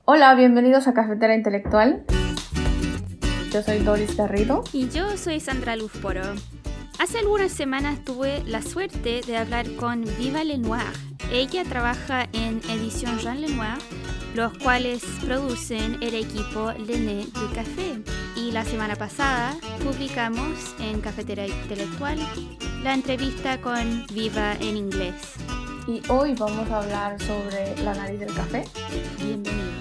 Hola, bienvenidos a Cafetera Intelectual. Yo soy Doris Garrido. Y yo soy Sandra Luzporo. Hace algunas semanas tuve la suerte de hablar con Viva Lenoir. Ella trabaja en Edición Jean Lenoir, los cuales producen el equipo L'Aîné du Café. Y la semana pasada publicamos en Cafetera Intelectual la entrevista con Viva en inglés. Y hoy vamos a hablar sobre la nariz del café. Bienvenidos.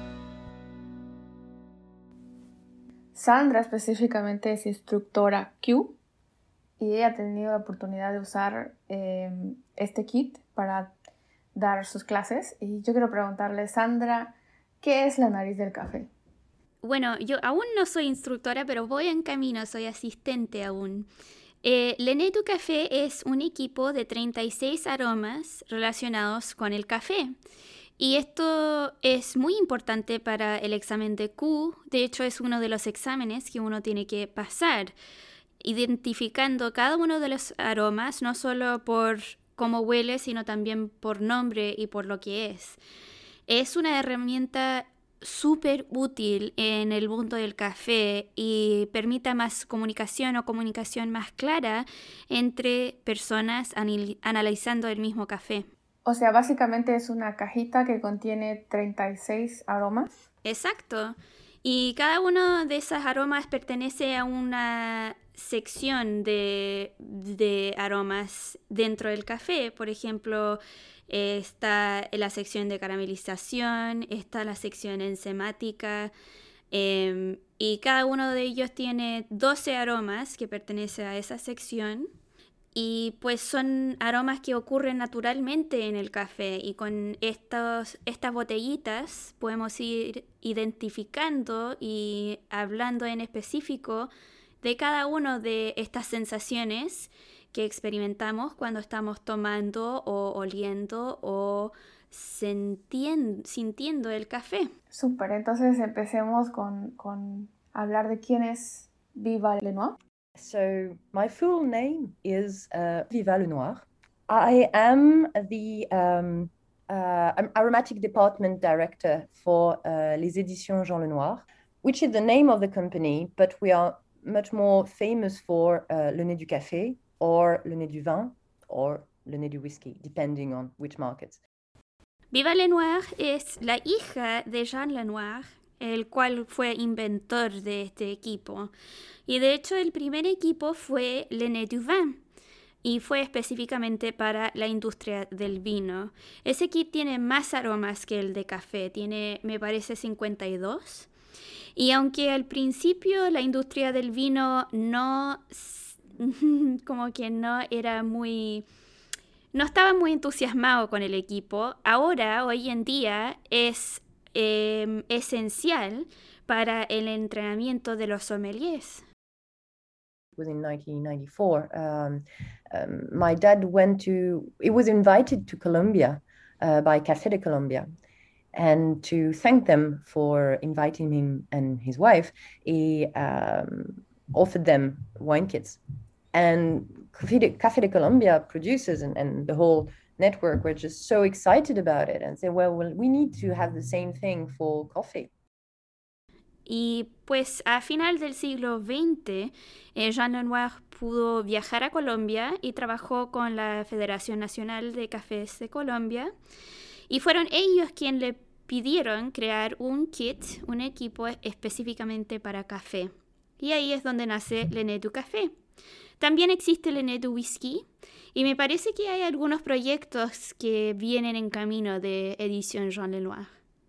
Sandra específicamente es instructora Q y ella ha tenido la oportunidad de usar este kit para dar sus clases. Y yo quiero preguntarle, Sandra, ¿qué es la nariz del café? Bueno, yo aún no soy instructora, pero voy en camino, soy asistente aún. L'Aîné du Café es un equipo de 36 aromas relacionados con el café. Y esto es muy importante para el examen de Q. De hecho, es uno de los exámenes que uno tiene que pasar, identificando cada uno de los aromas, no solo por cómo huele, sino también por nombre y por lo que es. Es una herramienta súper útil en el mundo del café y permite más comunicación o comunicación más clara entre personas analizando el mismo café. O sea, básicamente es una cajita que contiene 36 aromas. Exacto. Y cada uno de esos aromas pertenece a una sección de aromas dentro del café. Por ejemplo, está la sección de caramelización, está la sección enzimática, y cada uno de ellos tiene 12 aromas que pertenecen a esa sección. Y pues son aromas que ocurren naturalmente en el café y con estas botellitas podemos ir identificando y hablando en específico de cada una de estas sensaciones que experimentamos cuando estamos tomando o oliendo o sintiendo el café. Súper, entonces empecemos con hablar de quién es Viva Lenoir. So my full name is Viva Lenoir. I am the aromatic department director for Les Éditions Jean Lenoir, which is the name of the company, but we are much more famous for Le Nez du Café or Le Nez du Vin or Le Nez du Whisky, depending on which markets. Viva Lenoir es la hija de Jean Lenoir, el cual fue inventor de este equipo. Y de hecho el primer equipo fue Le Nez du Vin y fue específicamente para la industria del vino. Ese kit tiene más aromas que el de café, tiene me parece 52. Y aunque al principio la industria del vino no como que no era muy... No estaba muy entusiasmado con el equipo. Ahora, hoy en día, es esencial para el entrenamiento de los sommeliers. It was in 1994. My dad he was invited to Colombia by Café de Colombia. And to thank them for inviting him and his wife, he offered them wine kits. And Café de Colombia producers and the whole network were just so excited about it and said, well, we need to have the same thing for coffee. Y pues a final del siglo XX, Jean Lenoir pudo viajar a Colombia y trabajó con la Federación Nacional de Cafés de Colombia. Y fueron ellos quienes le pidieron crear un kit, un equipo específicamente para café. Y ahí es donde nace L'Aîné du Café. También existe L'Aîné du Whisky y me parece que hay algunos proyectos que vienen en camino de Edición Jean Lenoir.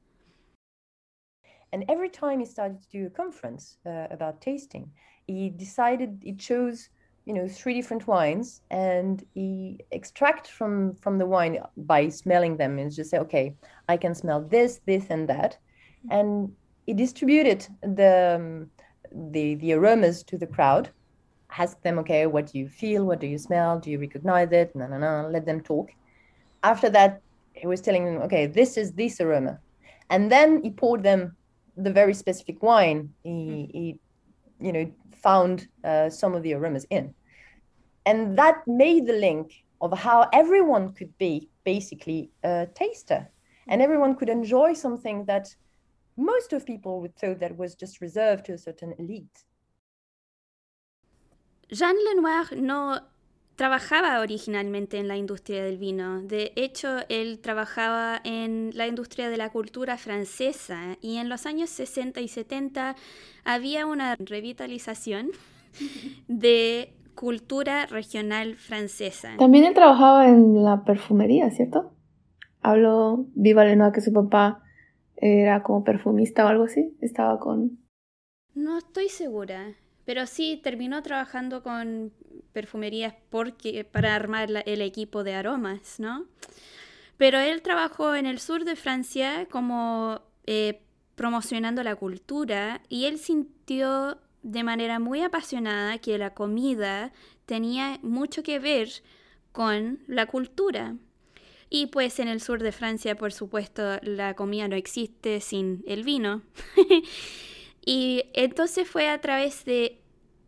And every time he started to do a conference about tasting, he chose 3 different wines, and he extract from the wine by smelling them and just say, okay, I can smell this, and that. And he distributed the aromas to the crowd, asked them, okay, what do you feel? What do you smell? Do you recognize it? No, let them talk. After that, he was telling them, okay, this is this aroma. And then he poured them the very specific wine he found some of the aromas in. And that made the link of how everyone could be basically a taster, and everyone could enjoy something that most of people would thought that was just reserved to a certain elite. Jean Lenoir no trabajaba originalmente en la industria del vino. De hecho, él trabajaba en la industria de la cultura francesa y en los años 60 y 70 había una revitalización de cultura regional francesa. También él trabajaba en la perfumería, ¿cierto? Habló Viva Lenoir que su papá era como perfumista o algo así. Estaba con... No estoy segura, pero sí terminó trabajando con perfumerías para armar el equipo de aromas, ¿no? Pero él trabajó en el sur de Francia como promocionando la cultura y él sintió de manera muy apasionada que la comida tenía mucho que ver con la cultura. Y pues en el sur de Francia, por supuesto, la comida no existe sin el vino. Y entonces fue a través de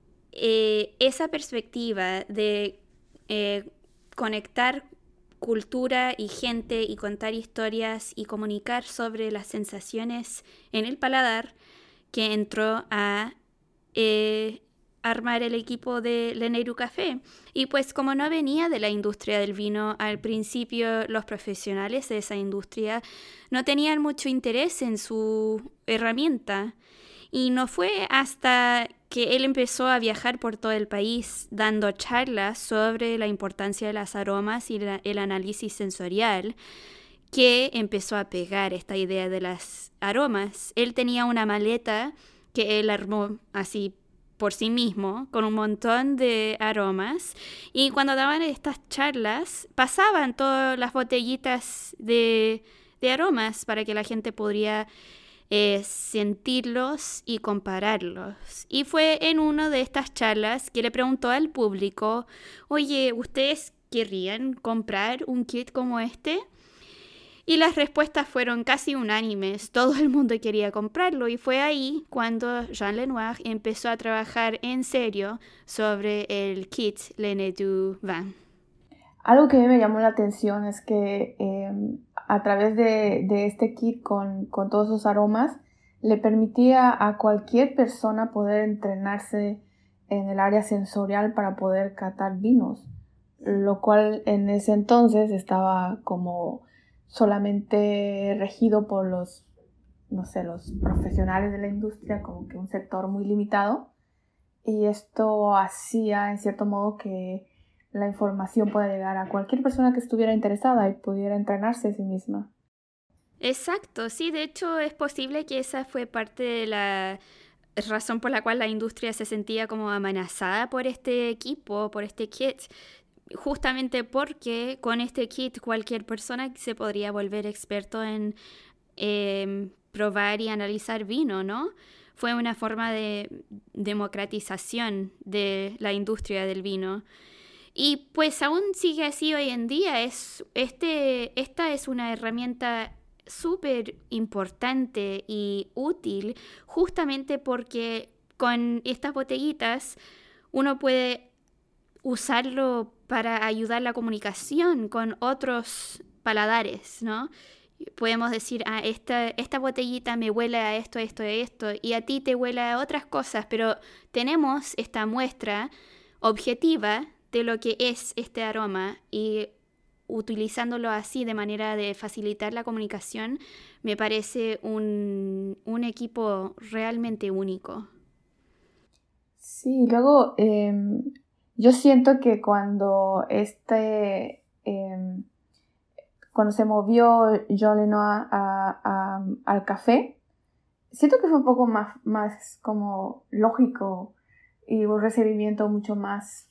esa perspectiva de conectar cultura y gente y contar historias y comunicar sobre las sensaciones en el paladar que entró a armar el equipo de Le Nez du Café. Y pues como no venía de la industria del vino, al principio los profesionales de esa industria no tenían mucho interés en su herramienta. Y no fue hasta que él empezó a viajar por todo el país dando charlas sobre la importancia de los aromas y el análisis sensorial que empezó a pegar esta idea de los aromas. Él tenía una maleta que él armó así por sí mismo, con un montón de aromas, y cuando daban estas charlas, pasaban todas las botellitas de aromas para que la gente podría sentirlos y compararlos. Y fue en una de estas charlas que le preguntó al público, oye, ¿ustedes querrían comprar un kit como este? Y las respuestas fueron casi unánimes, todo el mundo quería comprarlo y fue ahí cuando Jean Lenoir empezó a trabajar en serio sobre el kit Le Nez du Vin. Algo que me llamó la atención es que a través de este kit con todos esos aromas le permitía a cualquier persona poder entrenarse en el área sensorial para poder catar vinos, lo cual en ese entonces estaba como solamente regido por los profesionales de la industria, como que un sector muy limitado, y esto hacía en cierto modo que la información pueda llegar a cualquier persona que estuviera interesada y pudiera entrenarse a sí misma. Exacto, sí, de hecho es posible que esa fue parte de la razón por la cual la industria se sentía como amenazada por este equipo, por este kit, justamente porque con este kit cualquier persona se podría volver experto en probar y analizar vino, ¿no? Fue una forma de democratización de la industria del vino. Y pues aún sigue así hoy en día. Esta es una herramienta súper importante y útil justamente porque con estas botellitas uno puede usarlo para ayudar la comunicación con otros paladares, ¿no? Podemos decir, esta botellita me huele a esto, esto, esto, y a ti te huele a otras cosas, pero tenemos esta muestra objetiva de lo que es este aroma y utilizándolo así de manera de facilitar la comunicación me parece un equipo realmente único. Sí, luego yo siento que cuando cuando se movió Jean Lenoir al café, siento que fue un poco más como lógico y un recibimiento mucho más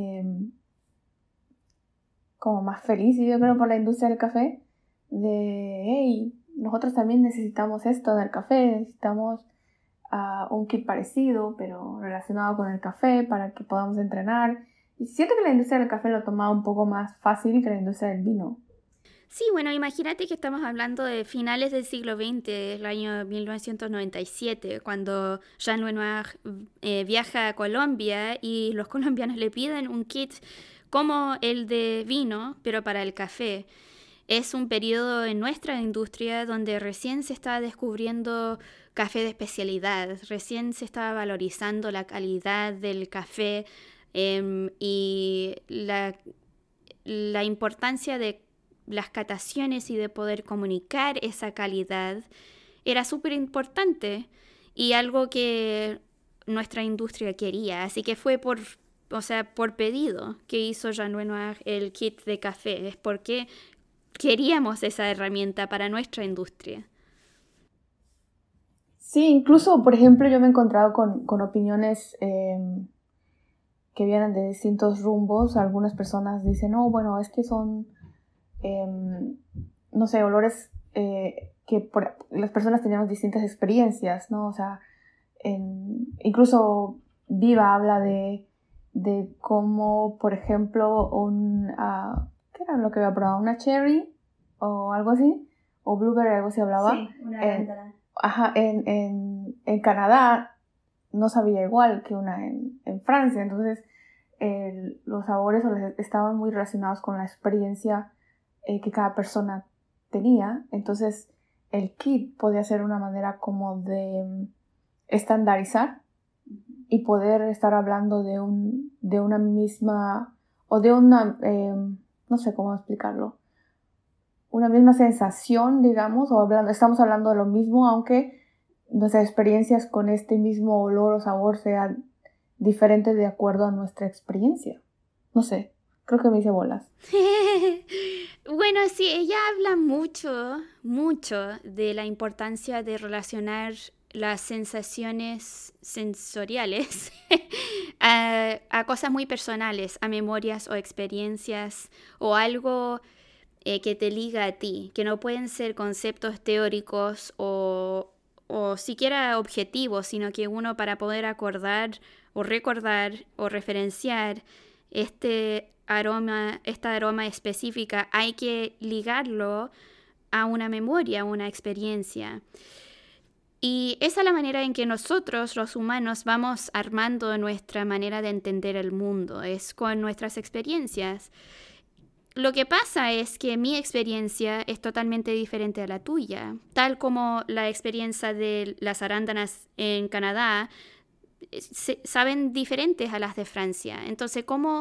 como más feliz, y yo creo por la industria del café, de hey, nosotros también necesitamos esto del café, necesitamos un kit parecido pero relacionado con el café para que podamos entrenar, y siento que la industria del café lo tomaba un poco más fácil que la industria del vino. Sí, bueno, imagínate que estamos hablando de finales del siglo XX, el año 1997, cuando Jean Lenoir viaja a Colombia y los colombianos le piden un kit como el de vino, pero para el café. Es un periodo en nuestra industria donde recién se está descubriendo café de especialidad, recién se está valorizando la calidad del café y la importancia de las cataciones y de poder comunicar esa calidad era súper importante y algo que nuestra industria quería. Así que fue por pedido que hizo Jean Renoir el kit de café. Es porque queríamos esa herramienta para nuestra industria. Sí, incluso, por ejemplo, yo me he encontrado con opiniones que vienen de distintos rumbos. Algunas personas dicen, no, bueno, es que son, no sé, olores que las personas teníamos distintas experiencias, ¿no? O sea, incluso Viva habla de cómo, por ejemplo, ¿qué era lo que había probado? ¿Una cherry o algo así? ¿O blueberry, algo así hablaba? Sí, una arándana. En Canadá no sabía igual que una en Francia, entonces los sabores estaban muy relacionados con la experiencia que cada persona tenía. Entonces el kit podía ser una manera como de estandarizar y poder estar hablando de una misma, o de una, no sé cómo explicarlo, una misma sensación, digamos, estamos hablando de lo mismo, aunque nuestras experiencias con este mismo olor o sabor sean diferentes de acuerdo a nuestra experiencia. No sé, creo que me hice bolas. Bueno, sí, ella habla mucho de la importancia de relacionar las sensaciones sensoriales a cosas muy personales, a memorias o experiencias o algo que te liga a ti, que no pueden ser conceptos teóricos o siquiera objetivos, sino que uno para poder acordar o recordar o referenciar esta aroma específica, hay que ligarlo a una memoria, a una experiencia. Y esa es la manera en que nosotros, los humanos, vamos armando nuestra manera de entender el mundo, es con nuestras experiencias. Lo que pasa es que mi experiencia es totalmente diferente a la tuya, tal como la experiencia de las arándanas en Canadá saben diferentes a las de Francia. Entonces,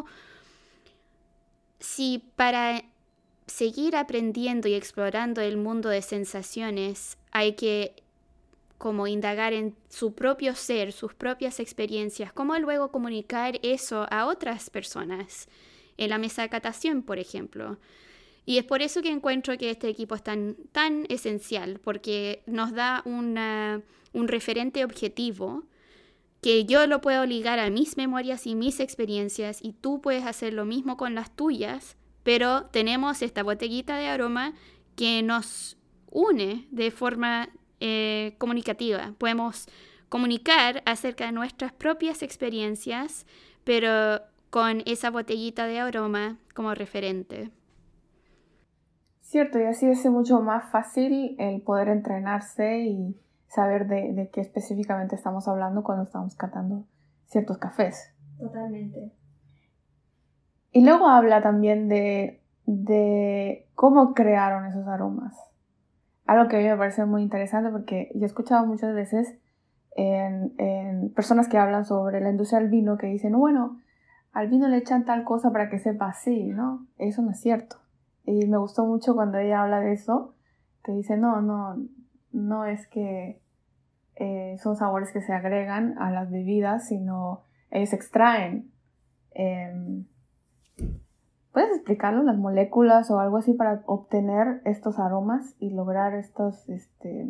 si para seguir aprendiendo y explorando el mundo de sensaciones hay que como indagar en su propio ser, sus propias experiencias, cómo luego comunicar eso a otras personas en la mesa de catación, por ejemplo. Y es por eso que encuentro que este equipo es tan esencial, porque nos da un referente objetivo que yo lo puedo ligar a mis memorias y mis experiencias y tú puedes hacer lo mismo con las tuyas, pero tenemos esta botellita de aroma que nos une de forma comunicativa. Podemos comunicar acerca de nuestras propias experiencias, pero con esa botellita de aroma como referente. Cierto, y así es mucho más fácil el poder entrenarse y saber de qué específicamente estamos hablando cuando estamos catando ciertos cafés. Totalmente. Y luego habla también de cómo crearon esos aromas. Algo que a mí me parece muy interesante porque yo he escuchado muchas veces en personas que hablan sobre la industria del vino que dicen, bueno, al vino le echan tal cosa para que sepa así, ¿no? Eso no es cierto. Y me gustó mucho cuando ella habla de eso, que dice, no es que son sabores que se agregan a las bebidas, sino ellos extraen. ¿Puedes explicarlo? Las moléculas o algo así para obtener estos aromas y lograr este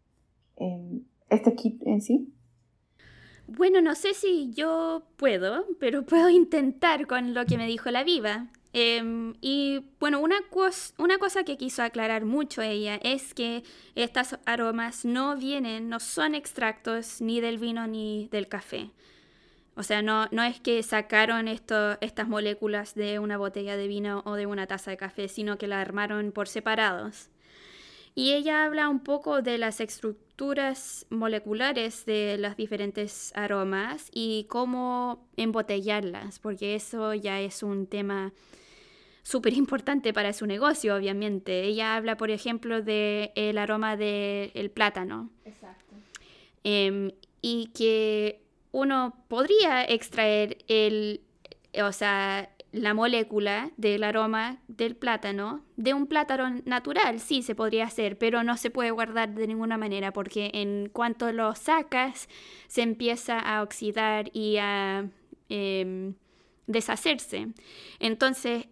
kit en sí. Bueno, no sé si yo puedo, pero puedo intentar con lo que me dijo la Viva. Y bueno, una cosa que quiso aclarar mucho ella es que estos aromas no son extractos ni del vino ni del café. O sea, no es que sacaron estas moléculas de una botella de vino o de una taza de café, sino que la armaron por separados. Y ella habla un poco de las estructuras moleculares de los diferentes aromas y cómo embotellarlas, porque eso ya es un tema súper importante para su negocio, obviamente. Ella habla, por ejemplo, del aroma del plátano. Exacto. Y que uno podría extraer la molécula del aroma del plátano de un plátano natural. Sí, se podría hacer, pero no se puede guardar de ninguna manera porque en cuanto lo sacas se empieza a oxidar y a deshacerse. Entonces,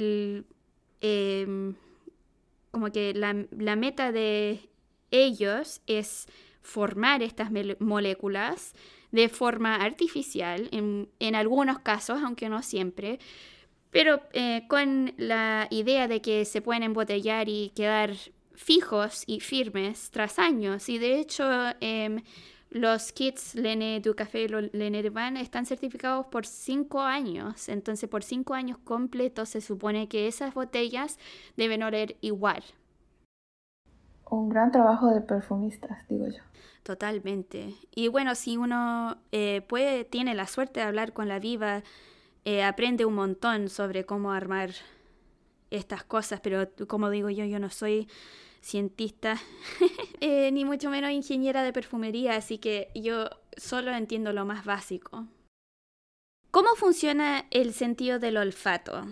como que la meta de ellos es formar estas moléculas de forma artificial, en algunos casos, aunque no siempre, pero con la idea de que se pueden embotellar y quedar fijos y firmes tras años. Y de hecho, los kits L'Année du Café y L'Année du Vin están certificados por 5 años. Entonces, por 5 años completos se supone que esas botellas deben oler igual. Un gran trabajo de perfumistas, digo yo. Totalmente. Y bueno, si uno tiene la suerte de hablar con la Viva, aprende un montón sobre cómo armar estas cosas, pero como digo yo no soy cientista, ni mucho menos ingeniera de perfumería, así que yo solo entiendo lo más básico. ¿Cómo funciona el sentido del olfato?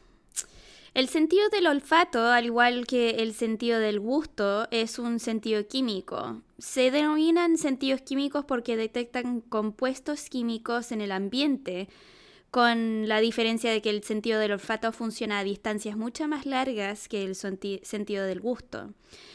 El sentido del olfato, al igual que el sentido del gusto, es un sentido químico. Se denominan sentidos químicos porque detectan compuestos químicos en el ambiente, con la diferencia de que el sentido del olfato funciona a distancias mucho más largas que el sentido del gusto.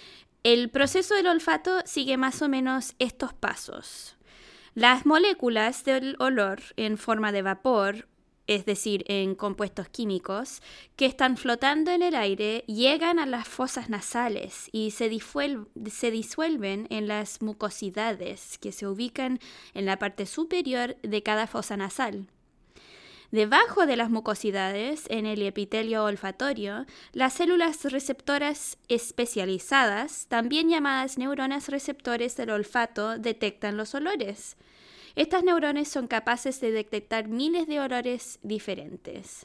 El proceso del olfato sigue más o menos estos pasos. Las moléculas del olor en forma de vapor, es decir, en compuestos químicos, que están flotando en el aire, llegan a las fosas nasales y se disuelven en las mucosidades que se ubican en la parte superior de cada fosa nasal. Debajo de las mucosidades, en el epitelio olfatorio, las células receptoras especializadas, también llamadas neuronas receptores del olfato, detectan los olores. Estas neuronas son capaces de detectar miles de olores diferentes.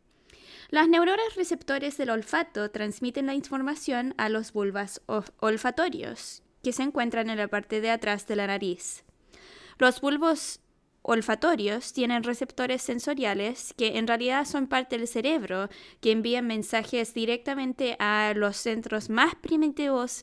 Las neuronas receptores del olfato transmiten la información a los bulbos olfatorios, que se encuentran en la parte de atrás de la nariz. Los bulbos olfatorios tienen receptores sensoriales que en realidad son parte del cerebro, que envían mensajes directamente a los centros más primitivos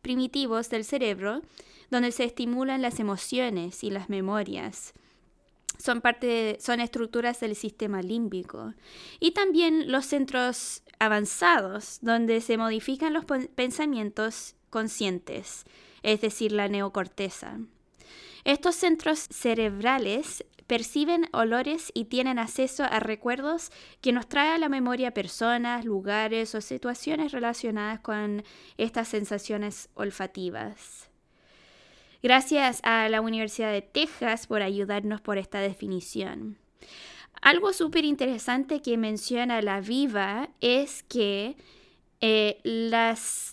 del cerebro, donde se estimulan las emociones y las memorias. Son estructuras del sistema límbico. Y también los centros avanzados, donde se modifican los pensamientos conscientes, es decir, la neocorteza. Estos centros cerebrales perciben olores y tienen acceso a recuerdos que nos trae a la memoria personas, lugares o situaciones relacionadas con estas sensaciones olfativas. Gracias a la Universidad de Texas por ayudarnos por esta definición. Algo súper interesante que menciona la Viva es que las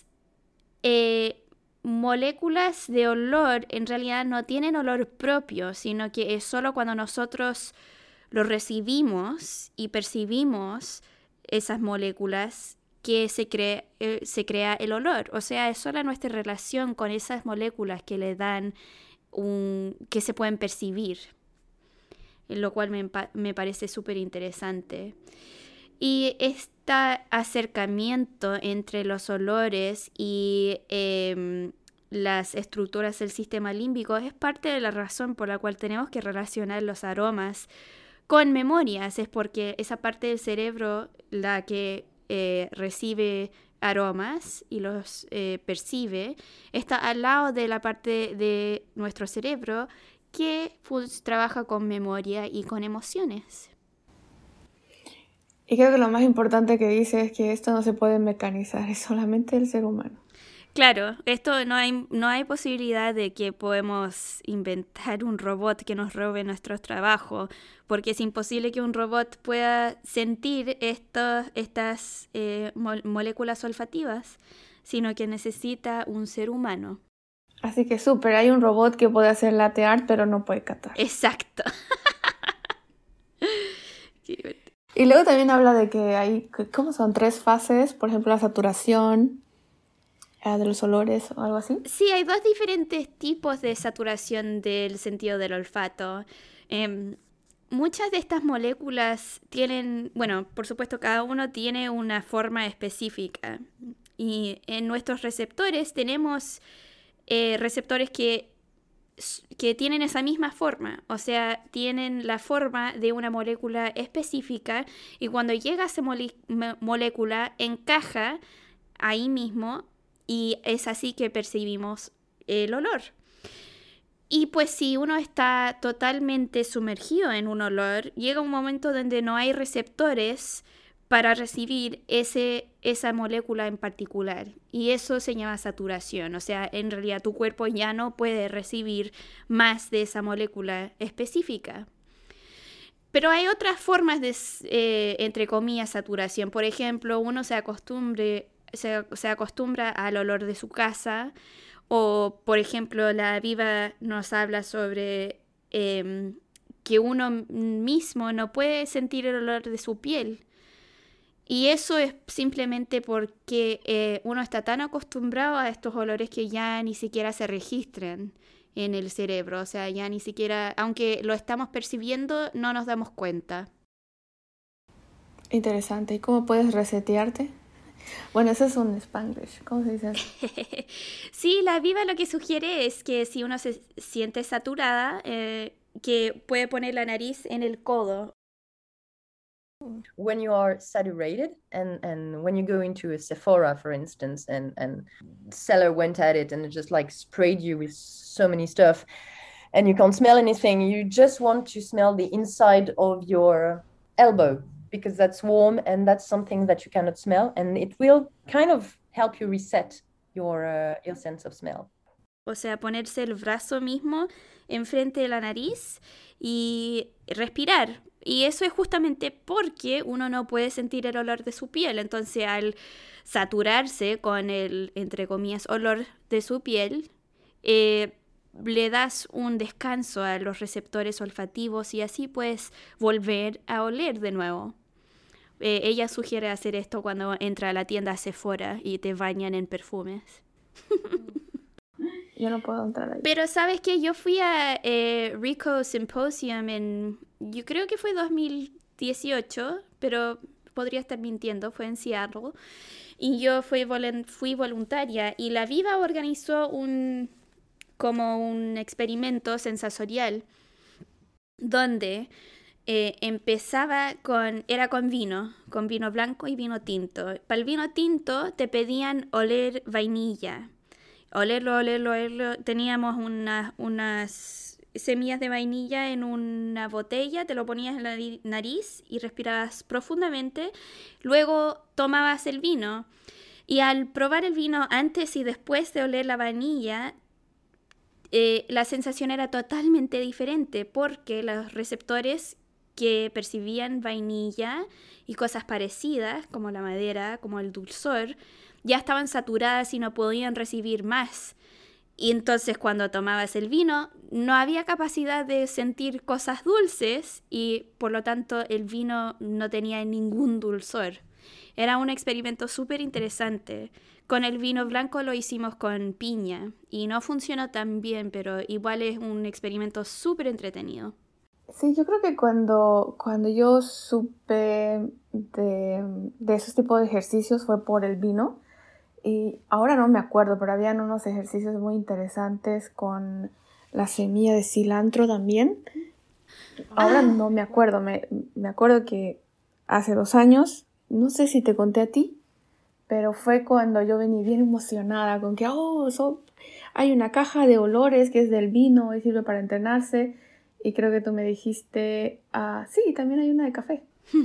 moléculas de olor en realidad no tienen olor propio, sino que es solo cuando nosotros lo recibimos y percibimos esas moléculas que se crea el olor. O sea, es solo nuestra relación con esas moléculas que le dan que se pueden percibir, lo cual me parece súper interesante. Y este acercamiento entre los olores y las estructuras del sistema límbico es parte de la razón por la cual tenemos que relacionar los aromas con memorias. Es porque esa parte del cerebro, la que recibe aromas y los percibe, está al lado de la parte de nuestro cerebro que trabaja con memoria y con emociones. Y creo que lo más importante que dice es que esto no se puede mecanizar, es solamente el ser humano. Claro, no hay posibilidad de que podemos inventar un robot que nos robe nuestro trabajo, porque es imposible que un robot pueda sentir estas moléculas olfativas, sino que necesita un ser humano. Así que súper, hay un robot que puede hacer latte art, pero no puede catar. Exacto. Y luego también habla de que hay, ¿cómo son? 3 fases, por ejemplo, la saturación de los olores o algo así. Sí, hay 2 diferentes tipos de saturación del sentido del olfato. Muchas de estas moléculas tienen, bueno, por supuesto, cada uno tiene una forma específica. Y en nuestros receptores tenemos receptores que tienen esa misma forma, o sea, tienen la forma de una molécula específica y cuando llega a esa molécula encaja ahí mismo y es así que percibimos el olor. Y pues si uno está totalmente sumergido en un olor, llega un momento donde no hay receptores para recibir esa molécula en particular. Y eso se llama saturación. O sea, en realidad tu cuerpo ya no puede recibir más de esa molécula específica. Pero hay otras formas de, entre comillas, saturación. Por ejemplo, uno se acostumbra al olor de su casa. O, por ejemplo, la Viva nos habla sobre que uno mismo no puede sentir el olor de su piel. Y eso es simplemente porque uno está tan acostumbrado a estos olores que ya ni siquiera se registran en el cerebro. O sea, ya ni siquiera, aunque lo estamos percibiendo, no nos damos cuenta. Interesante. ¿Y cómo puedes resetearte? Bueno, eso es un Spanglish. ¿Cómo se dice eso? Sí, la Viva lo que sugiere es que si uno se siente saturada, que puede poner la nariz en el codo. When you are saturated and when you go into a Sephora, for instance, and seller went at it and just like sprayed you with so many stuff and you can't smell anything, you just want to smell the inside of your elbow because that's warm and that's something that you cannot smell, and it will kind of help you reset your sense of smell. O sea, ponerse el brazo mismo enfrente de la nariz y respirar. Y eso es justamente porque uno no puede sentir el olor de su piel. Entonces, al saturarse con el, entre comillas, olor de su piel, le das un descanso a los receptores olfativos y así puedes volver a oler de nuevo. Ella sugiere hacer esto cuando entra a la tienda Sephora y te bañan en perfumes. Yo no puedo entrar ahí. Pero sabes que yo fui a Rico Symposium yo creo que fue 2018, pero podría estar mintiendo, fue en Seattle. Y yo fui voluntaria y la Viva organizó como un experimento sensorial donde empezaba era con vino blanco y vino tinto. Para el vino tinto te pedían oler vainilla. Olerlo. Teníamos unas semillas de vainilla en una botella, te lo ponías en la nariz y respirabas profundamente. Luego tomabas el vino y al probar el vino antes y después de oler la vainilla, la sensación era totalmente diferente porque los receptores que percibían vainilla y cosas parecidas, como la madera, como el dulzor, ya estaban saturadas y no podían recibir más. Y entonces cuando tomabas el vino no había capacidad de sentir cosas dulces y por lo tanto el vino no tenía ningún dulzor. Era un experimento súper interesante. Con el vino blanco lo hicimos con piña y no funcionó tan bien, pero igual es un experimento súper entretenido. Sí, yo creo que cuando yo supe de esos tipos de ejercicios fue por el vino. Y ahora no me acuerdo, pero habían unos ejercicios muy interesantes con la semilla de cilantro también. Ahora no me acuerdo, me acuerdo que hace 2 años, no sé si te conté a ti, pero fue cuando yo venía bien emocionada con que hay una caja de olores que es del vino y sirve para entrenarse. Y creo que tú me dijiste, sí, también hay una de café.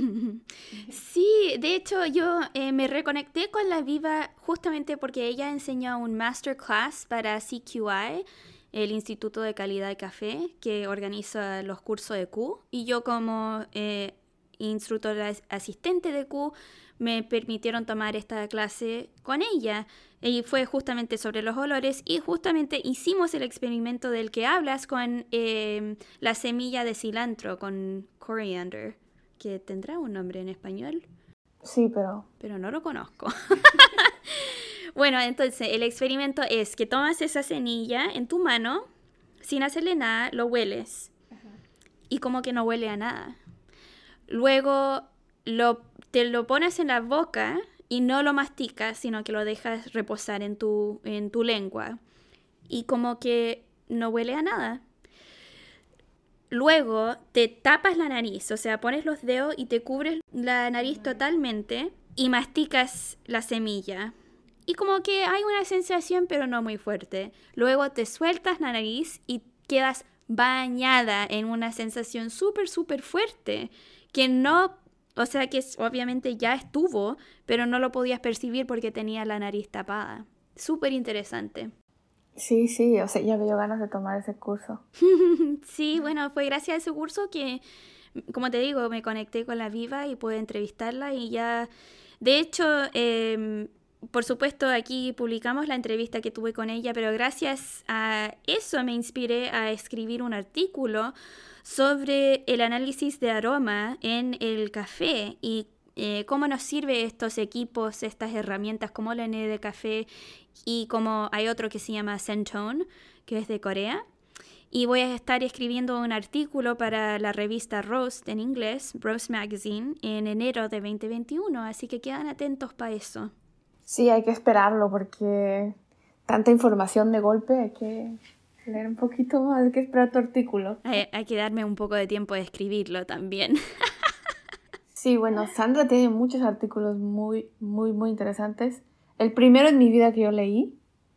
Sí, de hecho yo me reconecté con la Viva justamente porque ella enseñó un masterclass para CQI, el Instituto de Calidad de Café, que organiza los cursos de Q. Y yo como instructora asistente de Q me permitieron tomar esta clase con ella. Y fue justamente sobre los olores y justamente hicimos el experimento del que hablas con la semilla de cilantro, con coriander, que tendrá un nombre en español. Sí, pero no lo conozco. Bueno, entonces el experimento es que tomas esa semilla en tu mano, sin hacerle nada, lo hueles. Y como que no huele a nada. Luego te lo pones en la boca y no lo masticas, sino que lo dejas reposar en tu lengua. Y como que no huele a nada. Luego te tapas la nariz, o sea, pones los dedos y te cubres la nariz totalmente y masticas la semilla. Y como que hay una sensación, pero no muy fuerte. Luego te sueltas la nariz y quedas bañada en una sensación súper, súper fuerte. Que no, o sea, que obviamente ya estuvo, pero no lo podías percibir porque tenía la nariz tapada. Súper interesante. sí, o sea, ya me dio ganas de tomar ese curso. Sí, bueno, fue gracias a ese curso que, como te digo, me conecté con la Viva y pude entrevistarla y ya, de hecho, por supuesto, aquí publicamos la entrevista que tuve con ella, pero gracias a eso me inspiré a escribir un artículo sobre el análisis de aroma en el café y cómo nos sirve estos equipos, estas herramientas como la N de café y como hay otro que se llama Centone, que es de Corea. Y voy a estar escribiendo un artículo para la revista Roast en inglés, Roast Magazine, en enero de 2021, así que quedan atentos para eso. Sí, hay que esperarlo porque tanta información de golpe, hay que leer un poquito más, hay que esperar tu artículo. Hay que darme un poco de tiempo de escribirlo también. Sí, bueno, Sandra tiene muchos artículos muy, muy, muy interesantes. El primero en mi vida que yo leí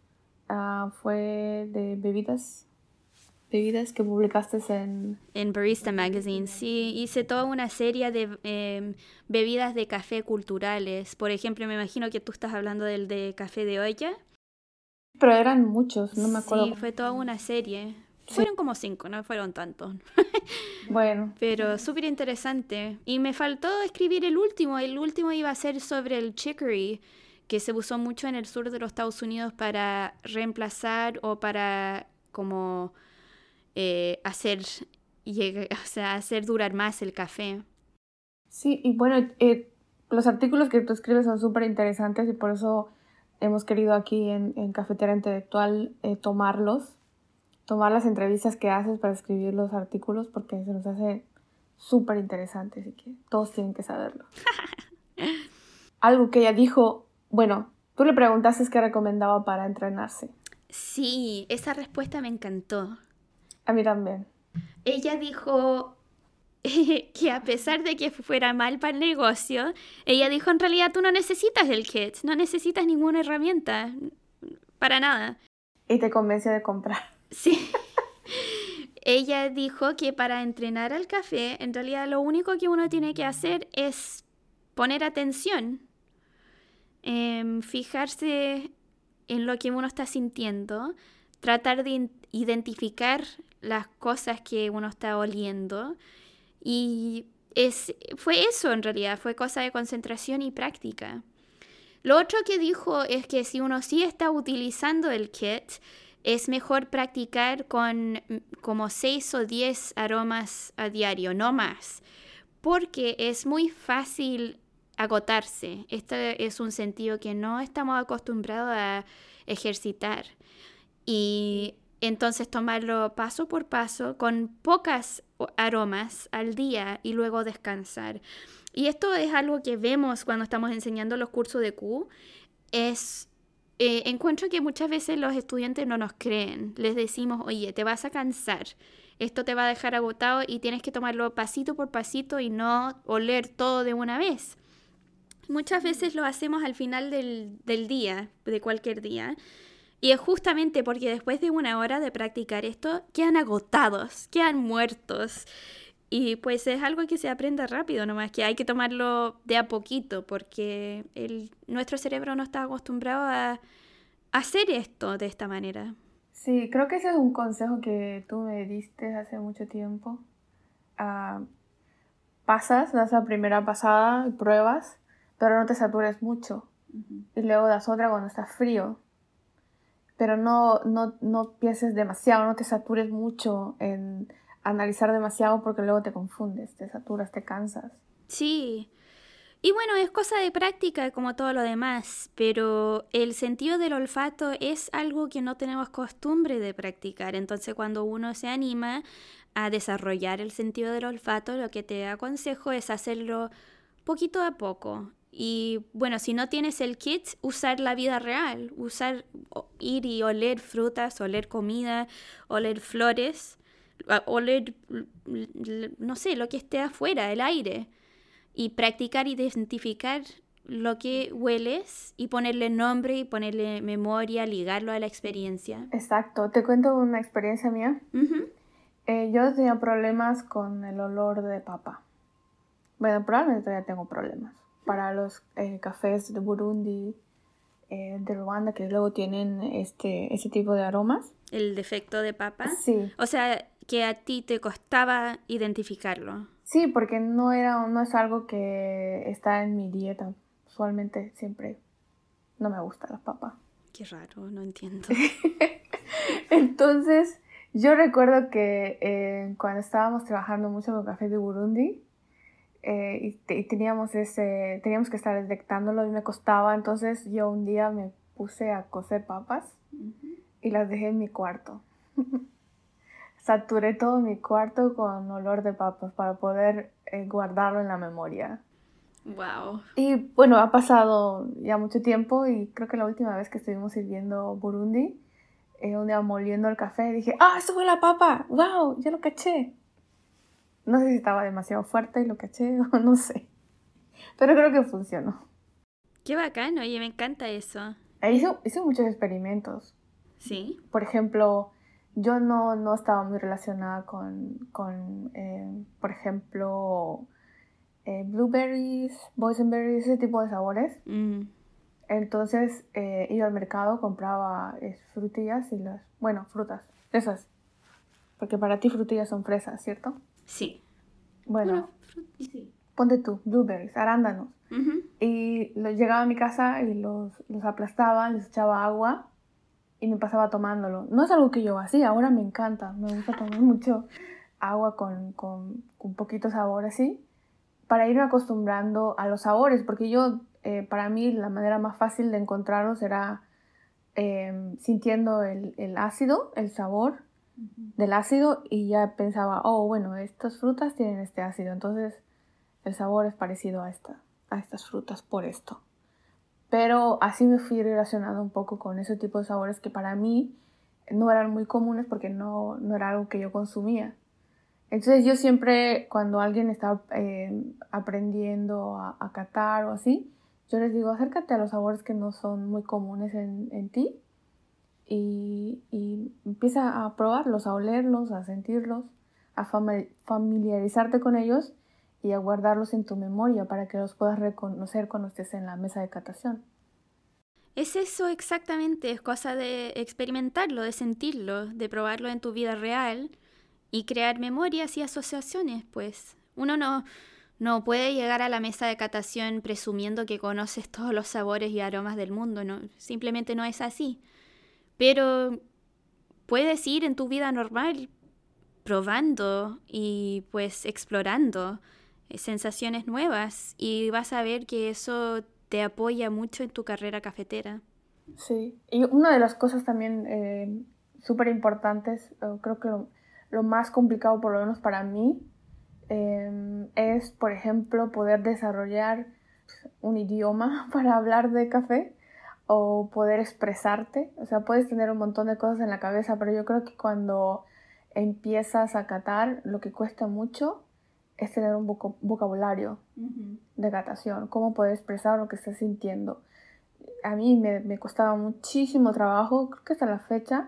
fue de bebidas que publicaste en Barista Magazine. Sí, hice toda una serie de bebidas de café culturales. Por ejemplo, me imagino que tú estás hablando del de café de olla. Pero eran muchos, no me acuerdo. Sí, fue toda una serie. Sí. Fueron como 5, no fueron tantos. Bueno. Pero súper interesante. Y me faltó escribir el último. El último iba a ser sobre el chicory, que se usó mucho en el sur de los Estados Unidos para reemplazar o para como hacer durar más el café. Sí, y bueno, los artículos que tú escribes son súper interesantes y por eso hemos querido aquí en Cafetera Intelectual tomar las entrevistas que haces para escribir los artículos porque se nos hace súper interesantes y que todos tienen que saberlo. Algo que ella dijo, bueno, tú le preguntaste qué recomendaba para entrenarse. Sí, esa respuesta me encantó. A mí también. Ella dijo que a pesar de que fuera mal para el negocio, ella dijo en realidad tú no necesitas el kit, no necesitas ninguna herramienta, para nada. Y te convenció de comprar. Sí. Ella dijo que para entrenar al café, en realidad lo único que uno tiene que hacer es poner atención, fijarse en lo que uno está sintiendo, tratar de identificar las cosas que uno está oliendo y fue eso en realidad, fue cosa de concentración y práctica. Lo otro que dijo es que si uno sí está utilizando el kit, es mejor practicar con como 6 o 10 aromas a diario, no más, porque es muy fácil agotarse. Este es un sentido que no estamos acostumbrados a ejercitar. Y entonces tomarlo paso por paso con pocas aromas al día y luego descansar. Y esto es algo que vemos cuando estamos enseñando los cursos de Q. Encuentro que muchas veces los estudiantes no nos creen. Les decimos, oye, te vas a cansar. Esto te va a dejar agotado y tienes que tomarlo pasito por pasito y no oler todo de una vez. Muchas veces lo hacemos al final del día, de cualquier día. Y es justamente porque después de 1 hora de practicar esto, quedan agotados, quedan muertos. Y pues es algo que se aprende rápido, nomás que hay que tomarlo de a poquito, porque nuestro cerebro no está acostumbrado a hacer esto de esta manera. Sí, creo que ese es un consejo que tú me diste hace mucho tiempo. Das la primera pasada y pruebas, pero no te satures mucho. Uh-huh. Y luego das otra cuando está frío. Pero no pienses demasiado, no te satures mucho en analizar demasiado porque luego te confundes, te saturas, te cansas. Sí. Y bueno, es cosa de práctica como todo lo demás, pero el sentido del olfato es algo que no tenemos costumbre de practicar. Entonces, cuando uno se anima a desarrollar el sentido del olfato, lo que te aconsejo es hacerlo poquito a poco. Y bueno, si no tienes el kit, usar la vida real, ir y oler frutas, oler comida, oler flores, oler, no sé, lo que esté afuera, el aire. Y practicar, identificar lo que hueles y ponerle nombre y ponerle memoria, ligarlo a la experiencia. Exacto, te cuento una experiencia mía. Uh-huh. Yo tenía problemas con el olor de papa. Bueno, probablemente todavía tengo problemas. Para los cafés de Burundi, de Ruanda, que luego tienen ese tipo de aromas. ¿El defecto de papa? Sí. O sea, que a ti te costaba identificarlo. Sí, porque no es algo que está en mi dieta. Usualmente siempre no me gusta la papa. Qué raro, no entiendo. Entonces, yo recuerdo que cuando estábamos trabajando mucho con café de Burundi, y teníamos que estar detectándolo y me costaba. Entonces yo un día me puse a cocer papas y las dejé en mi cuarto. Saturé todo mi cuarto con olor de papas para poder guardarlo en la memoria. Wow. Y bueno, ha pasado ya mucho tiempo y creo que la última vez que estuvimos sirviendo Burundi, un día moliendo el café, dije, ¡ah, eso fue la papa! ¡Wow! Ya lo caché. No sé si estaba demasiado fuerte y lo caché o no sé. Pero creo que funcionó. Qué bacano, oye, me encanta eso. Hice muchos experimentos. Sí. Por ejemplo, yo no estaba muy relacionada con por ejemplo, blueberries, boysenberries, ese tipo de sabores. Entonces iba al mercado, compraba frutillas y frutas, esas. Porque para ti frutillas son fresas, ¿cierto? Sí. Bueno, sí. Ponte tú, blueberries, arándanos. Uh-huh. Y llegaba a mi casa y los aplastaba, les echaba agua y me pasaba tomándolo. No es algo que yo hacía, ahora me encanta. Me gusta tomar mucho agua con poquito sabor así, para irme acostumbrando a los sabores, porque para mí la manera más fácil de encontrarlos era sintiendo el ácido, el sabor del ácido, y ya pensaba, oh, bueno, estas frutas tienen este ácido, entonces el sabor es parecido a estas frutas por esto. Pero así me fui relacionando un poco con ese tipo de sabores que para mí no eran muy comunes porque no era algo que yo consumía. Entonces yo siempre, cuando alguien está aprendiendo a catar o así, yo les digo, acércate a los sabores que no son muy comunes en ti y empieza a probarlos, a olerlos, a sentirlos, a familiarizarte con ellos y a guardarlos en tu memoria para que los puedas reconocer cuando estés en la mesa de catación. Es eso exactamente, es cosa de experimentarlo, de sentirlo, de probarlo en tu vida real y crear memorias y asociaciones, pues. Uno no puede llegar a la mesa de catación presumiendo que conoces todos los sabores y aromas del mundo, no, simplemente no es así. Pero puedes ir en tu vida normal probando y pues explorando sensaciones nuevas y vas a ver que eso te apoya mucho en tu carrera cafetera. Sí, y una de las cosas también súper importantes, creo que lo más complicado por lo menos para mí, es, por ejemplo, poder desarrollar un idioma para hablar de café o poder expresarte. O sea, puedes tener un montón de cosas en la cabeza, pero yo creo que cuando empiezas a catar, lo que cuesta mucho es tener un vocabulario de catación, cómo poder expresar lo que estás sintiendo. A mí me costaba muchísimo trabajo, creo que hasta la fecha,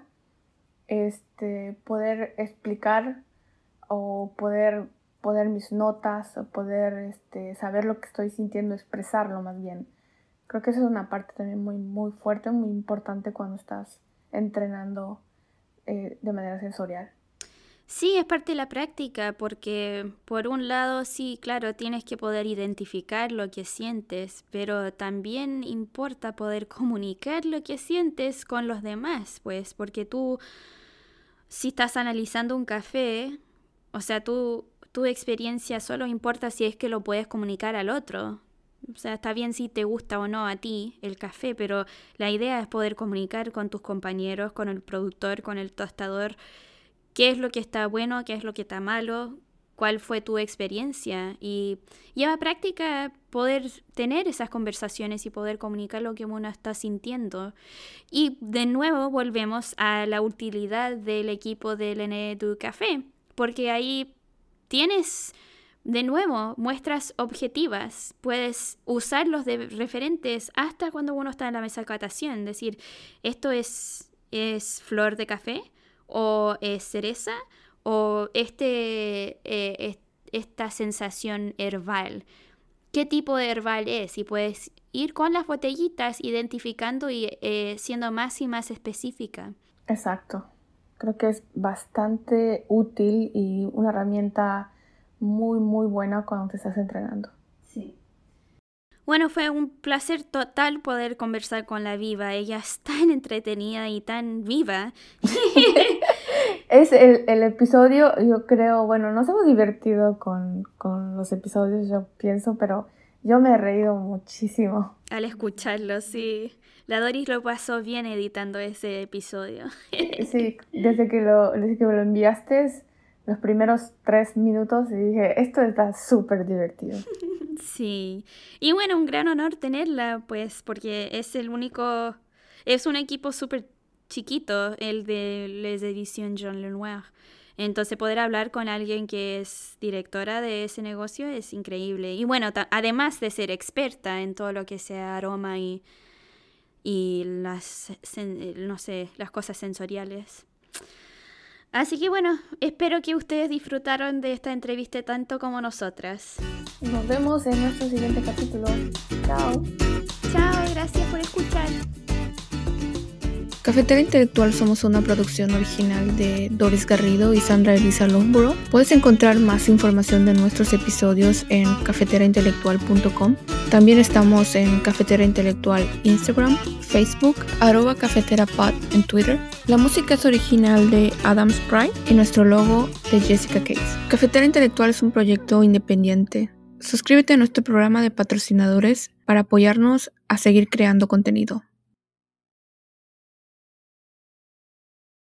poder explicar o poder mis notas, o poder saber lo que estoy sintiendo, expresarlo más bien. Creo que esa es una parte también muy, muy fuerte, muy importante cuando estás entrenando de manera sensorial. Sí, es parte de la práctica porque por un lado sí, claro, tienes que poder identificar lo que sientes, pero también importa poder comunicar lo que sientes con los demás, pues, porque tú, si estás analizando un café, o sea, tú tu experiencia solo importa si es que lo puedes comunicar al otro. O sea, está bien si te gusta o no a ti el café, pero la idea es poder comunicar con tus compañeros, con el productor, con el tostador, qué es lo que está bueno, qué es lo que está malo, cuál fue tu experiencia. Y lleva práctica poder tener esas conversaciones y poder comunicar lo que uno está sintiendo. Y de nuevo volvemos a la utilidad del equipo del L'Année du Café, porque ahí tienes... De nuevo, muestras objetivas. Puedes usarlos de referentes hasta cuando uno está en la mesa de catación. Decir, esto es flor de café, o es cereza, o esta sensación herbal. ¿Qué tipo de herbal es? Y puedes ir con las botellitas identificando y siendo más y más específica. Exacto. Creo que es bastante útil y una herramienta muy, muy buena cuando te estás entrenando. Sí. Bueno, fue un placer total poder conversar con la Viva. Ella es tan entretenida y tan viva. Es el episodio, yo creo, bueno, nos hemos divertido con los episodios, yo pienso, pero yo me he reído muchísimo. Al escucharlo, sí. La Doris lo pasó bien editando ese episodio. Sí, desde que me lo enviaste, los primeros 3 minutos, y dije, esto está súper divertido. Sí. Y bueno, un gran honor tenerla, pues, porque es un equipo súper chiquito, el de Les Editions Jean Lenoir. Entonces, poder hablar con alguien que es directora de ese negocio es increíble. Y bueno, además de ser experta en todo lo que sea aroma y las cosas sensoriales. Así que bueno, espero que ustedes disfrutaron de esta entrevista tanto como nosotras. Nos vemos en nuestro siguiente capítulo. Chao. Chao, gracias por escuchar. Cafetera Intelectual somos una producción original de Doris Garrido y Sandra Elisa Loughborough. Puedes encontrar más información de nuestros episodios en cafeteraintelectual.com. También estamos en Cafetera Intelectual Instagram, Facebook, @cafeterapod en Twitter. La música es original de Adam Sprite y nuestro logo de Jessica Case. Cafetera Intelectual es un proyecto independiente. Suscríbete a nuestro programa de patrocinadores para apoyarnos a seguir creando contenido.